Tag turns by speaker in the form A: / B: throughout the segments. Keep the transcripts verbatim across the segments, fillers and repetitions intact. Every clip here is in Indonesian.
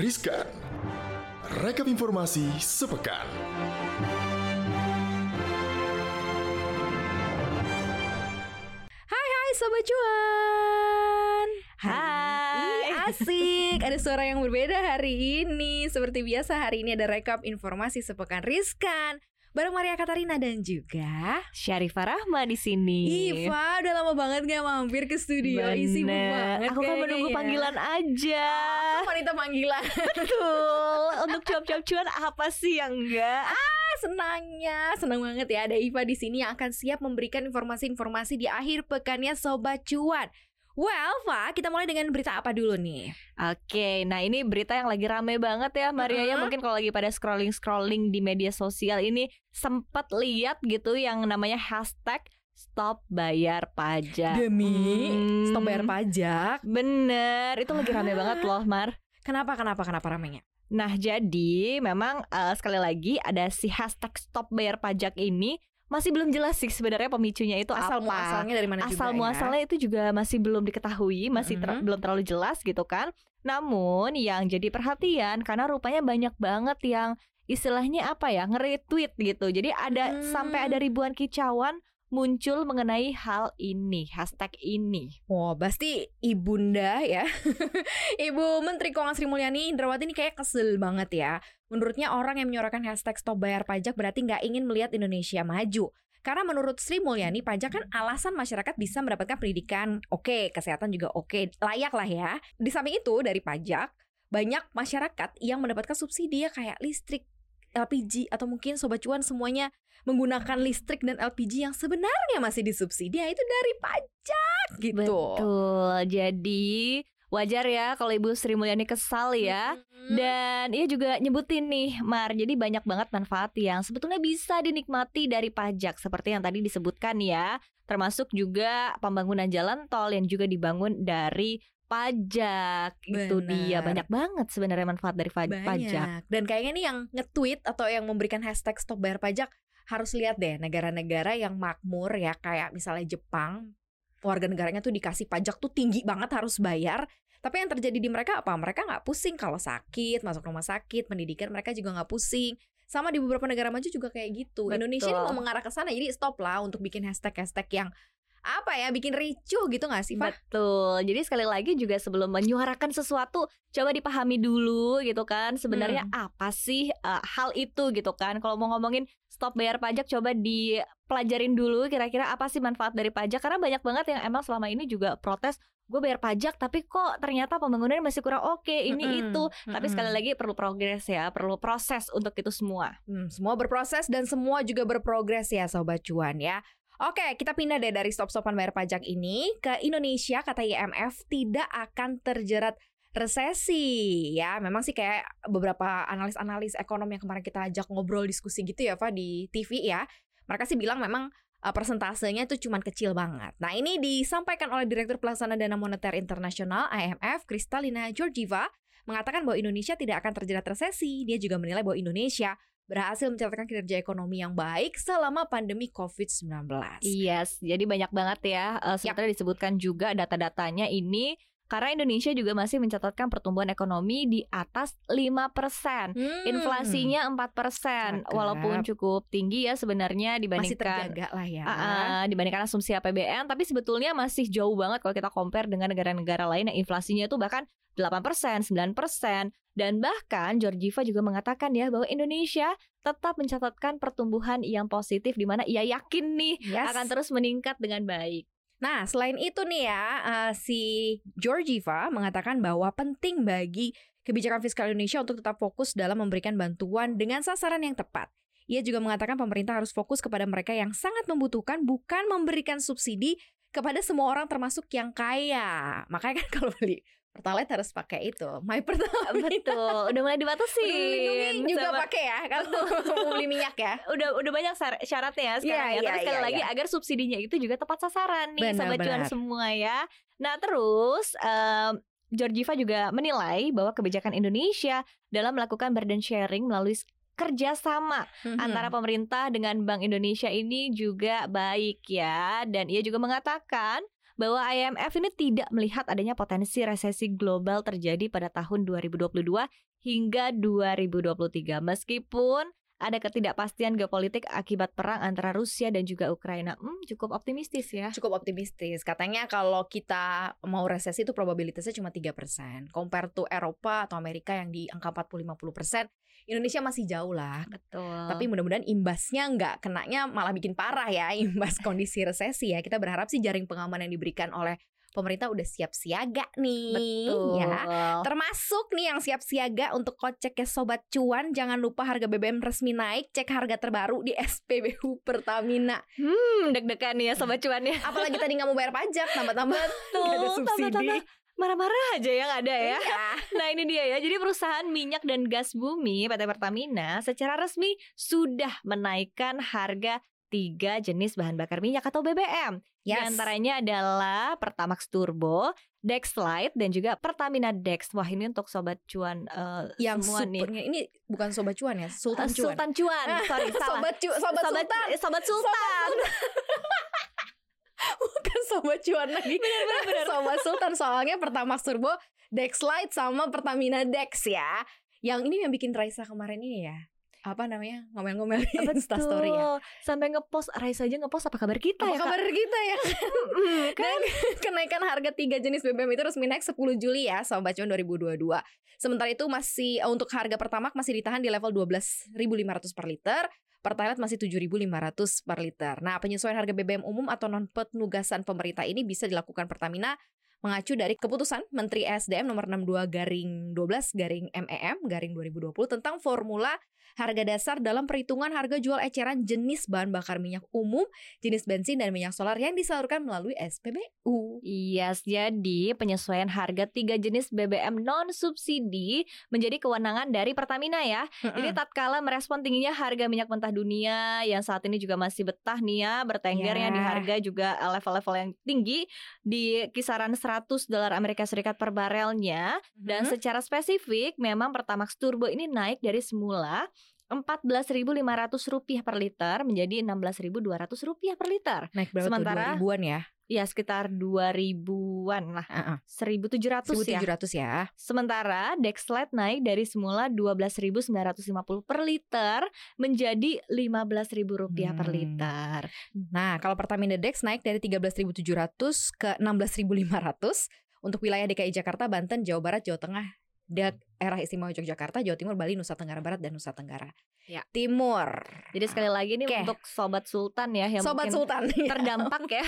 A: Riskan. Rekap informasi sepekan.
B: Hai hai Sobat Cuan.
C: Hai.
B: Ih, asik. Ada suara yang berbeda hari ini. Seperti biasa hari ini ada rekap informasi sepekan Riskan bareng Maria Katarina dan juga
C: Syarifah Rahma di sini.
B: Iva, udah lama banget gak mampir ke studio. Isi banget.
C: Aku kan menunggu
B: ya.
C: panggilan aja.
B: Aku wanita panggilan.
C: Betul. Untuk cuap-cuap cuan apa sih yang enggak?
B: Ah, senangnya, senang banget ya ada Iva di sini yang akan siap memberikan informasi-informasi di akhir pekannya Sobat Cuan. Well, Va, kita mulai dengan berita apa dulu nih?
C: Oke, nah ini berita yang lagi rame banget ya Maria ya.
B: Uh-huh.
C: Mungkin kalau lagi pada scrolling-scrolling di media sosial ini sempat lihat gitu yang namanya hashtag Stop Bayar Pajak.
B: Demi
C: Hmm,
B: stop bayar pajak.
C: Bener, itu lagi rame
B: Ah.
C: banget loh Mar.
B: Kenapa, kenapa, kenapa ramenya?
C: Nah jadi memang uh, sekali lagi ada si hashtag Stop Bayar Pajak ini masih belum jelas sih sebenarnya pemicunya itu
B: Asal
C: apa.
B: muasalnya dari mana
C: Asal
B: juga
C: muasalnya
B: ya?
C: itu juga masih belum diketahui, masih ter-
B: Mm-hmm.
C: belum terlalu jelas gitu kan. Namun yang jadi perhatian karena rupanya banyak banget yang istilahnya apa ya, nge-retweet gitu. Jadi ada
B: Hmm.
C: sampai ada ribuan kicauan muncul mengenai hal ini, hashtag ini.
B: Oh, pasti ibunda ya. Ibu Menteri Keuangan Sri Mulyani Indrawati ini kayak kesel banget ya. Menurutnya orang yang menyuarakan hashtag Stop Bayar Pajak berarti nggak ingin melihat Indonesia maju. Karena menurut Sri Mulyani, pajak kan alasan masyarakat bisa mendapatkan pendidikan oke, kesehatan juga oke, layak lah ya. Di samping itu dari pajak, banyak masyarakat yang mendapatkan subsidi ya kayak listrik, L P G, atau mungkin Sobat Cuan semuanya menggunakan listrik dan L P G yang sebenarnya masih disubsidi, ya itu dari pajak gitu.
C: Betul. Jadi wajar ya kalau Ibu Sri Mulyani kesal ya.
B: Hmm.
C: Dan ia juga nyebutin nih Mar, jadi banyak banget manfaat yang sebetulnya bisa dinikmati dari pajak seperti yang tadi disebutkan ya. Termasuk juga pembangunan jalan tol yang juga dibangun dari pajak. Itu dia,
B: Benar.
C: banyak banget sebenarnya manfaat dari pa-
B: Banyak.
C: pajak.
B: Dan kayaknya nih yang nge-tweet atau yang memberikan hashtag Stop Bayar Pajak harus lihat deh negara-negara yang makmur ya, kayak misalnya Jepang. Warga negaranya tuh dikasih pajak tuh tinggi banget, harus bayar. Tapi yang terjadi di mereka apa? Mereka nggak pusing kalau sakit, masuk rumah sakit, pendidikan mereka juga nggak pusing. Sama di beberapa negara maju juga kayak gitu.
C: Betul.
B: Indonesia ini mau mengarah ke sana, jadi stop lah untuk bikin hashtag-hashtag yang apa ya, bikin ricuh gitu nggak sih, Pak?
C: Betul. Jadi sekali lagi juga sebelum menyuarakan sesuatu, coba dipahami dulu gitu kan. Sebenarnya
B: Hmm.
C: apa sih uh, hal itu gitu kan. Kalau mau ngomongin stop bayar pajak, coba dipelajarin dulu kira-kira apa sih manfaat dari pajak. Karena banyak banget yang emang selama ini juga protes, gue bayar pajak tapi kok ternyata pembangunan masih kurang oke, ini
B: Mm-mm.
C: itu. Tapi
B: Mm-mm.
C: sekali lagi perlu progres ya, perlu proses untuk itu semua.
B: Hmm, semua berproses dan semua juga berprogres ya Sobat Cuan ya. Oke, kita pindah deh dari stop-stopan bayar pajak ini ke Indonesia. Kata I M F tidak akan terjerat resesi ya. Memang sih kayak beberapa analis-analis ekonomi yang kemarin kita ajak ngobrol diskusi gitu ya, Pak, di T V ya. Mereka sih bilang memang uh, persentasenya itu cuma kecil banget. Nah, ini disampaikan oleh Direktur Pelaksana Dana Moneter Internasional I M F, Kristalina Georgieva, mengatakan bahwa Indonesia tidak akan terjerat resesi. Dia juga menilai bahwa Indonesia berhasil mencatatkan kinerja ekonomi yang baik selama pandemi covid sembilan belas.
C: Yes, jadi banyak banget ya. Uh, sebetulnya disebutkan juga data-datanya ini karena Indonesia juga masih mencatatkan pertumbuhan ekonomi di atas lima persen.
B: Hmm.
C: Inflasinya empat persen.
B: Cakep.
C: Walaupun cukup tinggi ya sebenarnya
B: masih
C: dibandingkan
B: terjaga lah ya.
C: uh, uh, dibandingkan asumsi A P B N, tapi sebetulnya masih jauh banget kalau kita compare dengan negara-negara lain yang inflasinya itu bahkan delapan persen, sembilan persen. Dan bahkan Georgieva juga mengatakan ya bahwa Indonesia tetap mencatatkan pertumbuhan yang positif, di mana ia yakin nih
B: Yes.
C: akan terus meningkat dengan baik.
B: Nah, selain itu nih ya, uh, si Georgieva mengatakan bahwa penting bagi kebijakan fiskal Indonesia untuk tetap fokus dalam memberikan bantuan dengan sasaran yang tepat. Ia juga mengatakan pemerintah harus fokus kepada mereka yang sangat membutuhkan, bukan memberikan subsidi kepada semua orang termasuk yang kaya. Makanya kan kalau beli Pertalite harus pakai itu, My Pertamina.
C: Betul, udah mulai dibatasin.
B: Udah dilindungi juga
C: sama-
B: pakai ya, kalau mau beli minyak ya.
C: udah udah banyak syar- syaratnya ya sekarang
B: Iya,
C: ya. Tapi
B: iya,
C: sekali
B: iya,
C: lagi
B: iya.
C: agar subsidinya itu juga tepat sasaran nih,
B: Benar,
C: sobat cuan
B: benar.
C: semua ya. Nah terus um, Georgieva juga menilai bahwa kebijakan Indonesia dalam melakukan burden sharing melalui kerjasama
B: Mhm.
C: antara pemerintah dengan Bank Indonesia ini juga baik ya. Dan ia juga mengatakan bahwa I M F ini tidak melihat adanya potensi resesi global terjadi pada tahun dua ribu dua puluh dua hingga dua ribu dua puluh tiga. Meskipun ada ketidakpastian geopolitik akibat perang antara Rusia dan juga Ukraina. Hmm, cukup optimistis ya.
B: Cukup optimistis. Katanya kalau kita mau resesi itu probabilitasnya cuma tiga persen. Compare to Eropa atau Amerika yang di angka empat puluh sampai lima puluh persen. Indonesia masih jauh lah.
C: Betul.
B: Tapi mudah-mudahan imbasnya nggak kenanya malah bikin parah ya. Imbas kondisi resesi ya. Kita berharap sih jaring pengaman yang diberikan oleh pemerintah udah siap siaga nih.
C: Betul.
B: Ya. Termasuk nih yang siap siaga untuk koceknya Sobat Cuan. Jangan lupa harga B B M resmi naik. Cek harga terbaru di S P B U Pertamina.
C: Hmm, deg-degan nih ya Sobat Cuan ya.
B: Apalagi tadi nggak mau bayar pajak, tambah-tambah nggak ada subsidi.
C: Tambah-tambah marah-marah aja yang ada ya.
B: Iya.
C: Nah ini dia ya. Jadi perusahaan minyak dan gas bumi P T Pertamina secara resmi sudah menaikkan harga tiga jenis bahan bakar minyak atau B B M. Di
B: Yes.
C: antaranya adalah Pertamax Turbo, Dex Lite, dan juga Pertamina Dex. Wah ini untuk Sobat Cuan uh,
B: Yang
C: semua nih.
B: supernya ini bukan Sobat Cuan ya, Sultan
C: Uh,
B: Cuan.
C: Sultan Cuan, sorry salah.
B: Sobat Cu, Sobat,
C: Sobat,
B: Sultan.
C: eh, Sobat Sultan.
B: Bukan Sobat Cuan lagi.
C: Benar-benar.
B: Sobat Sultan soalnya Pertamax Turbo, Dex Lite sama Pertamina Dex ya. Yang ini yang bikin Raisa kemarin ini ya. Apa namanya? Ngomel-ngomel di Instastory ya.
C: Sampai ngepost, Raisa aja ngepost apa kabar kita
B: Apa
C: ya
B: kabar
C: Kak?
B: kita ya?
C: Mm, kan?
B: Dan kenaikan harga tiga jenis B B M itu resmi naik sepuluh Juli ya, Sobat Cuan dua ribu dua puluh dua. Sementara itu masih untuk harga Pertamax masih ditahan di level dua belas ribu lima ratus per liter. Pertalite masih tujuh ribu lima ratus per liter. Nah, penyesuaian harga B B M umum atau non penugasan pemerintah ini bisa dilakukan Pertamina mengacu dari keputusan Menteri S D M nomor enam puluh dua garing dua belas garing M E M garing dua ribu dua puluh tentang formula harga dasar dalam perhitungan harga jual eceran jenis bahan bakar minyak umum, jenis bensin dan minyak solar yang disalurkan melalui S P B U.
C: Yes, jadi penyesuaian harga tiga jenis B B M non subsidi menjadi kewenangan dari Pertamina ya. Jadi tatkala merespon tingginya harga minyak mentah dunia yang saat ini juga masih betah nih ya, bertenggernya
B: Ya.
C: di harga juga level-level yang tinggi di kisaran seratus dolar Amerika Serikat per barelnya. Dan secara spesifik memang Pertamax Turbo ini naik dari semula empat belas ribu lima ratus rupiah per liter menjadi enam belas ribu dua ratus rupiah per liter.
B: Naik berapa
C: Sementara-
B: tuh? dua ribuan ya?
C: Ya sekitar dua ribuan lah,
B: Uh-uh.
C: seribu tujuh ratus
B: seribu
C: ya.
B: tujuh ratus ya.
C: Sementara Dex Lite naik dari semula dua belas ribu sembilan ratus lima puluh per liter menjadi lima belas ribu rupiah per
B: Hmm.
C: liter.
B: Nah, kalau Pertamina Dex naik dari tiga belas ribu tujuh ratus ke enam belas ribu lima ratus untuk wilayah D K I Jakarta, Banten, Jawa Barat, Jawa Tengah, daerah istimewa Yogyakarta, Jawa Timur, Bali, Nusa Tenggara Barat, dan Nusa Tenggara
C: Ya.
B: Timur.
C: Jadi sekali lagi nih
B: Oke.
C: untuk Sobat Sultan ya yang
B: Sobat
C: mungkin
B: Sultan
C: terdampak ya.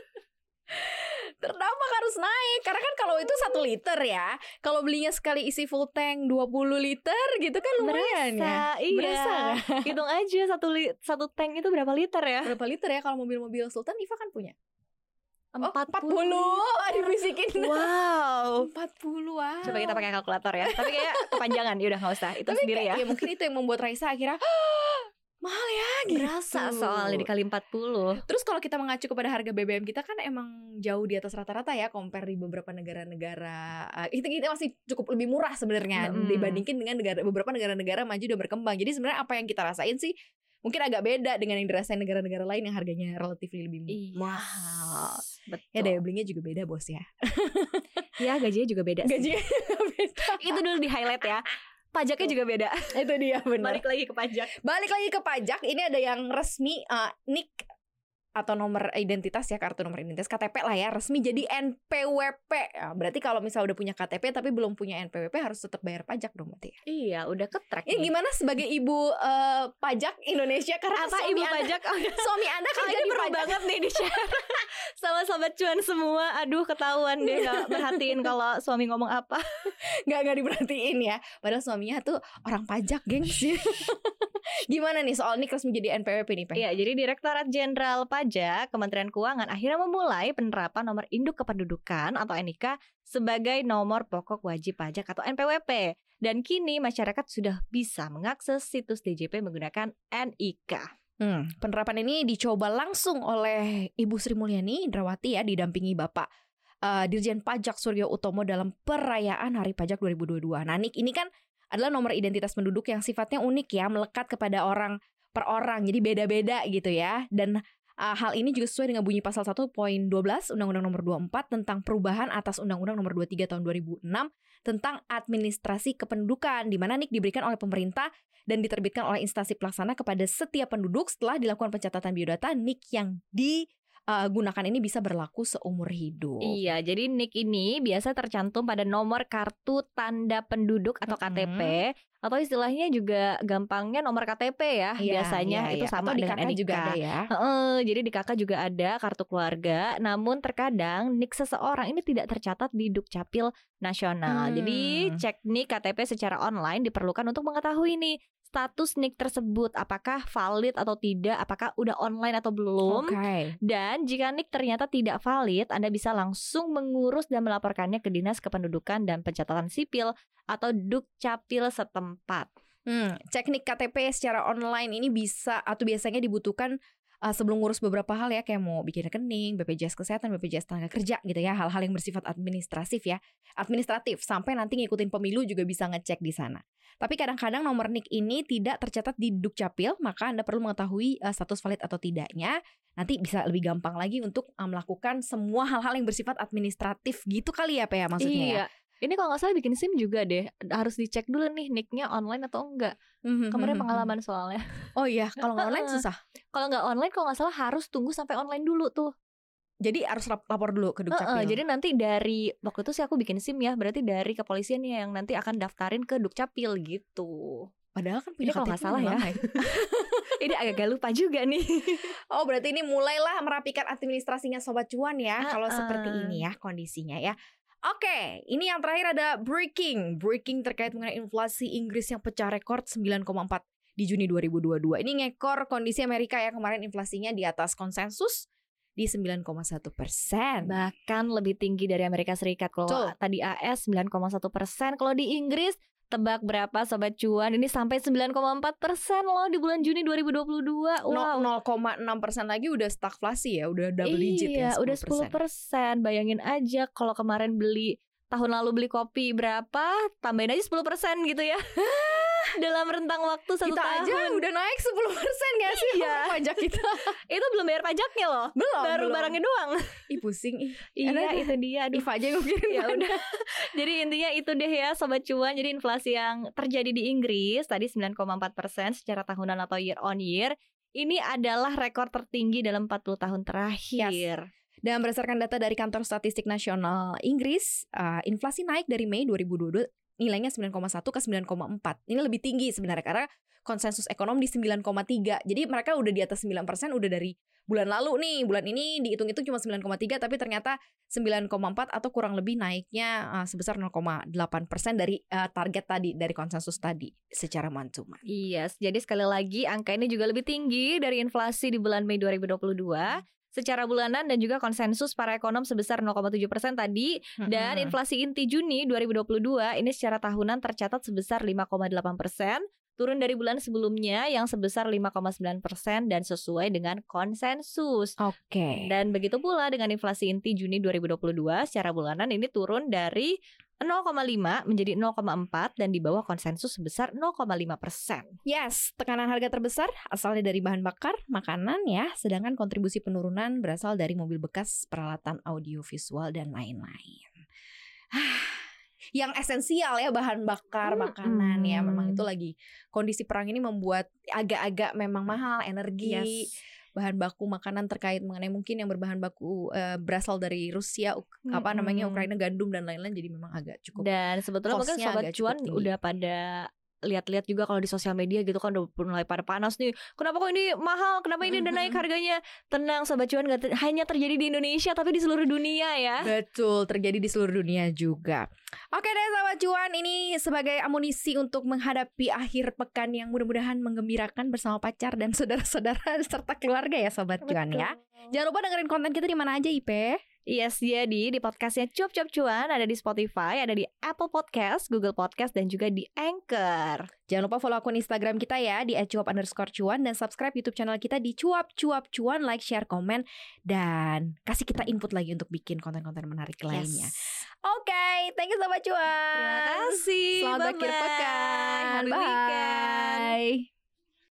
B: terdampak harus naik karena kan kalau itu satu liter ya, kalau belinya sekali isi full tank dua puluh liter gitu kan lumayan ya.
C: Berasa, iya.
B: Berasa nggak?
C: Hitung aja satu li- satu tank itu berapa liter ya?
B: Berapa liter ya kalau mobil-mobil Sultan? Iva kan punya. Oh,
C: empat
B: empat puluh. Aduh bisikin.
C: Wow.
B: empat puluh. Wow.
C: Coba kita pakai kalkulator ya. Tapi kayak kepanjangan. Ya udah nggak usah. Itu
B: Tapi
C: sendiri ya.
B: kayak- ya mungkin itu yang membuat Raisa akhirnya "Ah, mahal ya gitu.
C: Berasa soalnya dikali empat puluh.
B: Terus kalau kita mengacu kepada harga B B M kita kan emang jauh di atas rata-rata ya, compare di beberapa negara-negara. Uh, itu kita masih cukup lebih murah sebenarnya
C: Mm-mm.
B: dibandingkan dengan negara beberapa negara-negara maju dan berkembang. Jadi sebenarnya apa yang kita rasain sih mungkin agak beda dengan yang dirasain negara-negara lain yang harganya relatif lebih
C: Iya.
B: mahal.
C: Betul.
B: Ya daya belinya juga beda bos ya.
C: Ya gajinya juga beda sih.
B: Gajinya beda.
C: Itu dulu di highlight ya. Pajaknya juga beda.
B: Itu dia benar.
C: Balik lagi ke pajak.
B: Balik lagi ke pajak, ini ada yang resmi uh, N I K atau nomor identitas ya, kartu nomor identitas K T P lah ya, resmi jadi N P W P. Ya, berarti kalau misalnya udah punya K T P tapi belum punya N P W P harus tetap bayar pajak dong berarti ya.
C: Iya, udah ketrek.
B: Ini gimana sebagai ibu uh, pajak Indonesia karena
C: Apa
B: suami
C: ibu
B: anda,
C: pajak? Oh,
B: suami anda
C: oh,
B: kerja
C: ini
B: di
C: perlu
B: pajak.
C: banget nih di share sama Sobat Cuan semua. Aduh ketahuan deh gak perhatiin kalau suami ngomong apa.
B: Nggak nggak diperhatiin ya. Padahal suaminya tuh orang pajak, gengs. Gimana nih soal N I K resmi jadi N P W P nih, Peng?
C: Iya, jadi Direktorat Jenderal Pajak Kementerian Keuangan akhirnya memulai penerapan nomor induk kependudukan atau N I K sebagai nomor pokok wajib pajak atau N P W P. Dan kini masyarakat sudah bisa mengakses situs D J P menggunakan N I K.
B: Hmm, penerapan ini dicoba langsung oleh Ibu Sri Mulyani Indrawati ya, didampingi Bapak uh, Dirjen Pajak Suryo Utomo dalam perayaan Hari Pajak dua ribu dua puluh dua. Nah, N I K ini kan adalah nomor identitas penduduk yang sifatnya unik ya, melekat kepada orang per orang, jadi beda-beda gitu ya. Dan Uh, hal ini juga sesuai dengan bunyi pasal satu poin dua belas Undang-Undang Nomor dua puluh empat tentang perubahan atas Undang-Undang Nomor dua puluh tiga Tahun dua ribu enam tentang administrasi kependudukan, di mana N I K diberikan oleh pemerintah dan diterbitkan oleh instansi pelaksana kepada setiap penduduk setelah dilakukan pencatatan biodata. N I K yang digunakan ini bisa berlaku seumur hidup.
C: Iya, jadi N I K ini biasa tercantum pada nomor kartu tanda penduduk atau K T P,
B: Mm-hmm.
C: atau istilahnya juga gampangnya nomor K T P ya.
B: Iya,
C: biasanya
B: iya,
C: itu
B: iya.
C: sama
B: Atau di
C: dengan
B: K K
C: N I K
B: juga ada ya.
C: Heeh, jadi di K K juga ada kartu keluarga. Namun terkadang N I K seseorang ini tidak tercatat di Dukcapil Nasional.
B: Hmm.
C: Jadi cek N I K K T P secara online diperlukan untuk mengetahui nih status N I K tersebut, apakah valid atau tidak, apakah udah online atau belum.
B: Oke.
C: Dan jika N I K ternyata tidak valid, Anda bisa langsung mengurus dan melaporkannya ke Dinas Kependudukan dan Pencatatan Sipil atau Dukcapil setempat.
B: Hmm, cek N I K K T P secara online ini bisa atau biasanya dibutuhkan uh, sebelum ngurus beberapa hal ya, kayak mau bikin rekening, B P J S Kesehatan, B P J S Tenaga Kerja gitu ya, hal-hal yang bersifat administratif ya, administratif sampai nanti ngikutin pemilu juga bisa ngecek di sana. Tapi kadang-kadang nomor N I K ini tidak tercatat di Dukcapil, maka Anda perlu mengetahui uh, status valid atau tidaknya. Nanti bisa lebih gampang lagi untuk uh, melakukan semua hal-hal yang bersifat administratif gitu kali ya, Pak ya, maksudnya
C: Iya.
B: ya.
C: Ini kalau nggak salah bikin SIM juga deh, harus dicek dulu nih N I K-nya online atau enggak. Kemarin pengalaman soalnya.
B: Oh iya, kalau nggak online susah.
C: Kalau nggak online, kalau nggak salah harus tunggu sampai online dulu tuh.
B: Jadi harus lap- lapor dulu ke
C: Uh-uh,
B: Dukcapil.
C: jadi nanti dari waktu itu sih aku bikin SIM ya, berarti dari kepolisian yang nanti akan daftarin ke Dukcapil gitu.
B: Padahal kan
C: Ini
B: punya
C: kalau
B: K T P
C: nggak salah ya.
B: lama
C: Ini agak lupa juga nih.
B: Oh, berarti ini mulailah merapikan administrasinya Sobat Cuan ya,
C: Uh-uh.
B: kalau seperti ini ya kondisinya ya. Oke, ini yang terakhir ada breaking. Breaking terkait mengenai inflasi Inggris yang pecah rekor sembilan koma empat di Juni dua ribu dua puluh dua. Ini ngekor kondisi Amerika ya, kemarin inflasinya di atas konsensus di sembilan koma satu persen.
C: Bahkan lebih tinggi dari Amerika Serikat. Kalau
B: Betul.
C: tadi A S sembilan koma satu persen, kalau di Inggris tebak berapa Sobat Cuan? Ini sampai sembilan koma empat persen loh di bulan Juni dua ribu dua puluh dua. Wow.
B: nol koma enam persen lagi udah stagflasi ya, udah double digit ya.
C: Iya, udah sepuluh persen. Bayangin aja kalau kemarin beli, tahun lalu beli kopi berapa, tambahin aja sepuluh persen gitu ya. Dalam rentang waktu satu
B: Kita
C: tahun.
B: aja udah naik sepuluh persen gak sih
C: Iya.
B: pajak kita?
C: Itu belum bayar pajaknya loh.
B: Belum,
C: Baru
B: belum.
C: barangnya doang.
B: Ih pusing ih.
C: Iya,
B: Aduh.
C: itu dia. Aduh.
B: Iva aja yang mikirin.
C: Ya udah. Jadi intinya itu deh ya Sobat Cuan. Jadi inflasi yang terjadi di Inggris tadi sembilan koma empat persen secara tahunan atau year on year. Ini adalah rekor tertinggi dalam empat puluh tahun terakhir.
B: Dan berdasarkan data dari Kantor Statistik Nasional Inggris, uh, inflasi naik dari Mei dua ribu dua puluh dua nilainya sembilan koma satu ke sembilan koma empat. Ini lebih tinggi sebenarnya karena konsensus ekonom di sembilan koma tiga. Jadi mereka udah di atas sembilan persen udah dari bulan lalu nih. Bulan ini dihitung-hitung cuma sembilan koma tiga, tapi ternyata sembilan koma empat atau kurang lebih naiknya uh, sebesar nol koma delapan persen dari uh, target tadi, dari konsensus tadi secara month to month.
C: Iya, yes, jadi sekali lagi angka ini juga lebih tinggi dari inflasi di bulan Mei dua ribu dua puluh dua. Secara bulanan dan juga konsensus para ekonom sebesar nol koma tujuh persen tadi. Dan inflasi inti Juni dua ribu dua puluh dua ini secara tahunan tercatat sebesar lima koma delapan persen, turun dari bulan sebelumnya yang sebesar lima koma sembilan persen dan sesuai dengan konsensus.
B: Oke. Okay.
C: Dan begitu pula dengan inflasi inti Juni dua ribu dua puluh dua secara bulanan ini turun dari nol koma lima menjadi nol koma empat dan di bawah konsensus sebesar nol koma lima persen.
B: Yes, tekanan harga terbesar asalnya dari bahan bakar, makanan ya, sedangkan kontribusi penurunan berasal dari mobil bekas, peralatan audiovisual dan lain-lain. Yang esensial ya, bahan bakar,
C: Hmm,
B: makanan ya,
C: hmm.
B: memang itu lagi kondisi perang ini membuat agak-agak memang mahal energi.
C: Yes.
B: Bahan baku makanan terkait mengenai mungkin yang berbahan baku uh, berasal dari Rusia, uk- apa namanya,
C: Mm-mm.
B: Ukraina, gandum dan lain-lain, jadi memang agak cukup.
C: Dan sebetulnya mungkin
B: Cost-nya
C: Sobat
B: agak cukup
C: Cuan
B: tinggi.
C: udah pada lihat-lihat juga kalau di sosial media gitu kan udah mulai pada panas nih. Kenapa kok ini mahal? Kenapa ini udah naik harganya? Tenang Sobat Cuan, gak ter- hanya terjadi di Indonesia tapi di seluruh dunia ya.
B: Betul, terjadi di seluruh dunia juga. Oke deh Sobat Cuan, ini sebagai amunisi untuk menghadapi akhir pekan yang mudah-mudahan menggembirakan bersama pacar dan saudara-saudara serta keluarga ya Sobat Cuan ya. Jangan lupa dengerin konten kita di mana aja I P.
C: Yes, jadi di podcastnya Cuap Cuap Cuan ada di Spotify, ada di Apple Podcast, Google Podcast, dan juga di Anchor.
B: Jangan lupa follow akun Instagram kita ya di et cuap underscore cuan dan subscribe YouTube channel kita di Cuap Cuap Cuan, like, share, komen, dan kasih kita input lagi untuk bikin konten-konten menarik lainnya. Oke, thank you Sobat Cuan.
C: Terima kasih.
B: Selamat akhir
C: Bye-bye.
B: pekan.
C: Happy weekend.
B: Bye.